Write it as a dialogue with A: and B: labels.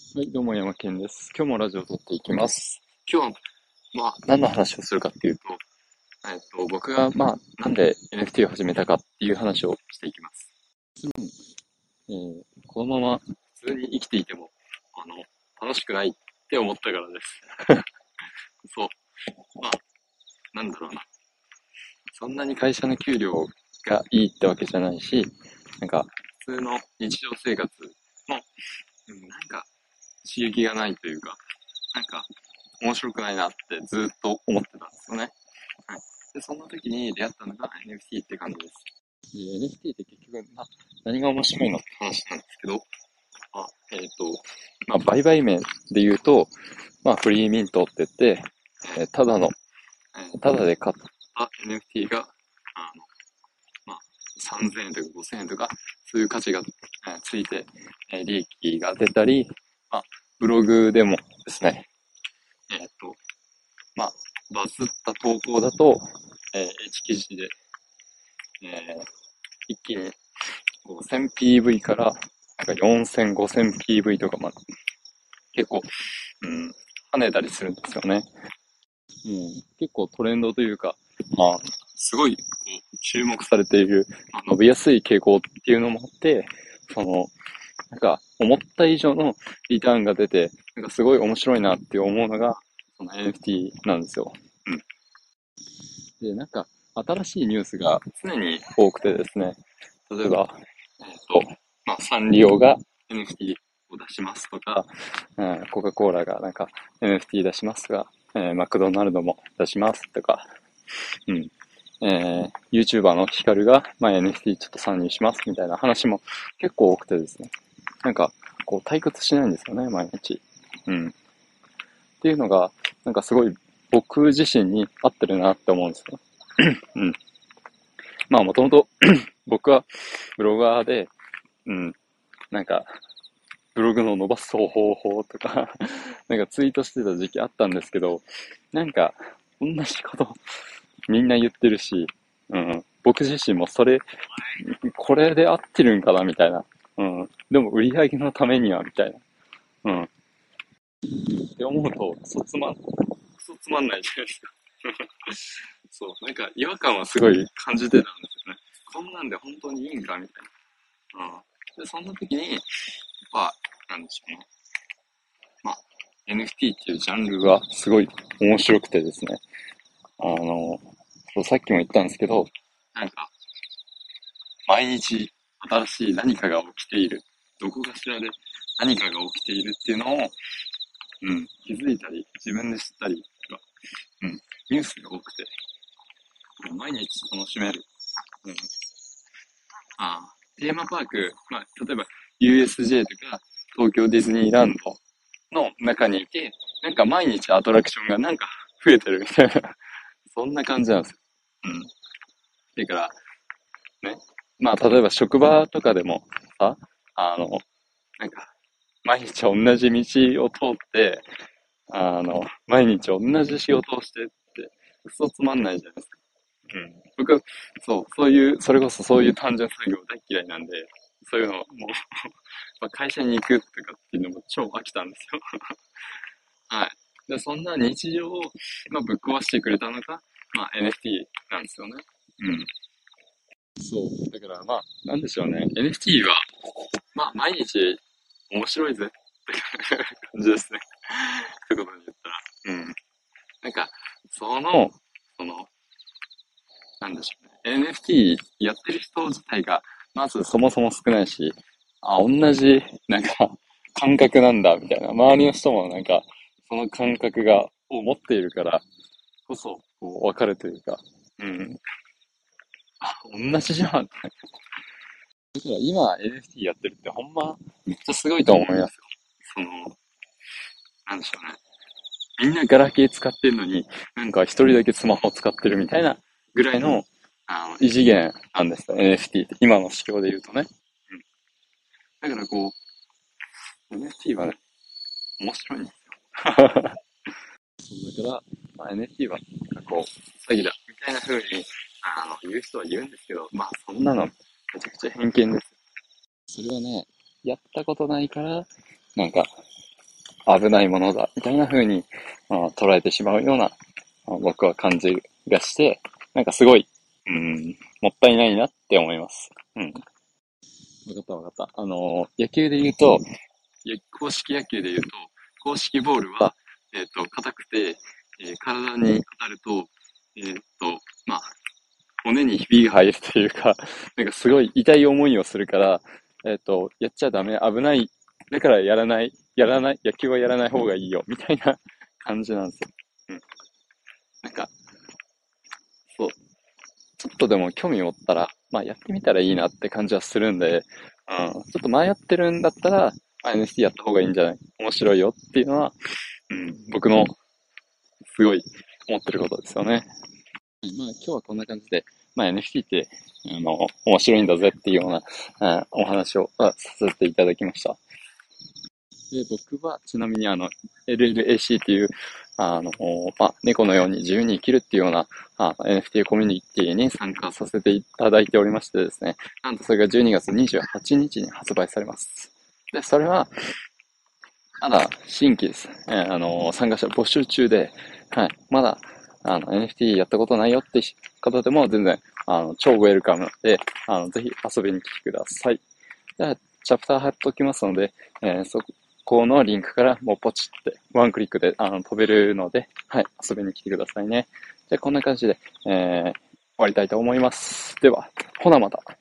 A: はい、どうも山健です。今日もラジオを撮っていきます。今日は、何の話をするかっていうと、僕が、なんで NFT を始めたかっていう話をしていきます。このまま普通に生きていても、楽しくないって思ったからです。そう。まあ、なんだろうな。そんなに会社の給料がいいってわけじゃないし、なんか、普通の日常生活の、なんか、刺激がないというか、なんか、面白くないなってずっと思ってたんですよね。はい。で、そんな時に出会ったのが NFT って感じです。で、NFT って結局、何が面白いのって話なんですけど、あ、えっ、と、売買面で言うと、フリーミントって言って、ただの、ただで買った NFT が、あの、3000円とか5000円とか、そういう価値が、ついて、利益が出たり、ブログでもですね、えっ、と、まあ、バズった投稿だと、1記事で、えー一気に 1000PV から、なんか4000、5000PV とかまで結構、跳ねたりするんですよね。結構トレンドというか、すごい、注目されている、伸びやすい傾向っていうのもあって、その、思った以上のリターンが出て、すごい面白いなって思うのが、その NFT なんですよ。うん。で、新しいニュースが常に多くてですね、例えば、サンリオが NFT を出しますとか、コカ・コーラがNFT 出しますとか、マクドナルドも出しますとか、うん。YouTuber のヒカルが、NFT ちょっと参入しますみたいな話も結構多くてですね。退屈しないんですよね、毎日。うん。っていうのが、すごい僕自身に合ってるなって思うんですよ。うん。もともと僕はブロガーで、うん、なんか、ブログの伸ばす方法とかツイートしてた時期あったんですけど、なんか、同じことみんな言ってるし、僕自身もこれで合ってるんかなみたいな。でも売り上げのためにはみたいな。って思うと、クソつまんないじゃないですか。そう、違和感はすごい感じてたんですよね。こんなんで本当にいいんかみたいな。で、そんな時に、まあ、なんでしょうね。NFT っていうジャンルがすごい面白くてですね。あの、そう、さっきも言ったんですけど、なんか、毎日新しい何かが起きている。どこかしらで何かが起きているっていうのを、気づいたり、自分で知ったりとか、ニュースが多くて、毎日楽しめる。うん、テーマパーク、例えば USJ とか東京ディズニーランドの中にいて、毎日アトラクションが増えてるみたいな、そんな感じなんですよ。うん。だから、ね。例えば職場とかでもさ、あの、なんか、毎日同じ道を通って、毎日同じ仕事をしてって、クソつまんないじゃないですか。僕、それこそそういう単純作業大嫌いなんで、そういうのもう会社に行くとかっていうのも超飽きたんですよ。はい。で、そんな日常を、ぶっ壊してくれたのが、NFT なんですよね。うん。そう。だから、なんでしょうね。NFT は、毎日面白いぜって感じですね。一言で言ったら。うん。なんか、その、その、なんでしょうね。NFT やってる人自体が、まずそもそも少ないし、同じ、感覚なんだ、みたいな。周りの人もその感覚を持っているからこそ、わかるというか、うん。同じじゃん。だから今 NFT やってるってほんま、めっちゃすごいと思いますよ。その、なんでしょうね。みんなガラケー使ってるのに、一人だけスマホ使ってるみたいなぐらいの、異次元なんですよ、NFT って。今の市況で言うとね。うん。だからNFT はね、面白いんですよ。そうだから、NFT は、詐欺だ、みたいな風に、言う人は言うんですけど、そんなの、めちゃくちゃ偏見です。それはね、やったことないから、なんか、 危ないものだ、みたいな風に、捉えてしまうような、僕は感じがして、なんかすごい、もったいないなって思います。うん。わかったわかった。野球で言うと、公式野球で言うと、公式ボールは、硬くて、体に当たると、まあ、骨にひびが入るというか、なんかすごい痛い思いをするから、やっちゃダメ、危ない、だからやらない、野球はやらない方がいいよ、みたいな感じなんですよ。うん。なんか、そう、ちょっとでも興味持ったら、まあやってみたらいいなって感じはするんで、ちょっと迷ってるんだったら、まあ NFT やった方がいいんじゃない面白いよっていうのは、僕のすごい思ってることですよね。まあ今日はこんな感じで、まあ NFT って、面白いんだぜっていうような、お話をさせていただきました。で、僕はちなみにLLAC っていう、まあ、猫のように自由に生きるっていうような、NFT コミュニティに参加させていただいておりましてですね、なんとそれが12月28日にちに発売されます。で、それは、まだ新規です。参加者募集中で、はい、まだ、NFT やったことないよって方でも全然、超ウェルカムで、ぜひ遊びに来てください。じゃあ、チャプター貼っておきますので、そこのリンクからもうポチって、ワンクリックで飛べるので、はい、遊びに来てくださいね。じゃあ、こんな感じで、終わりたいと思います。では、ほなまた。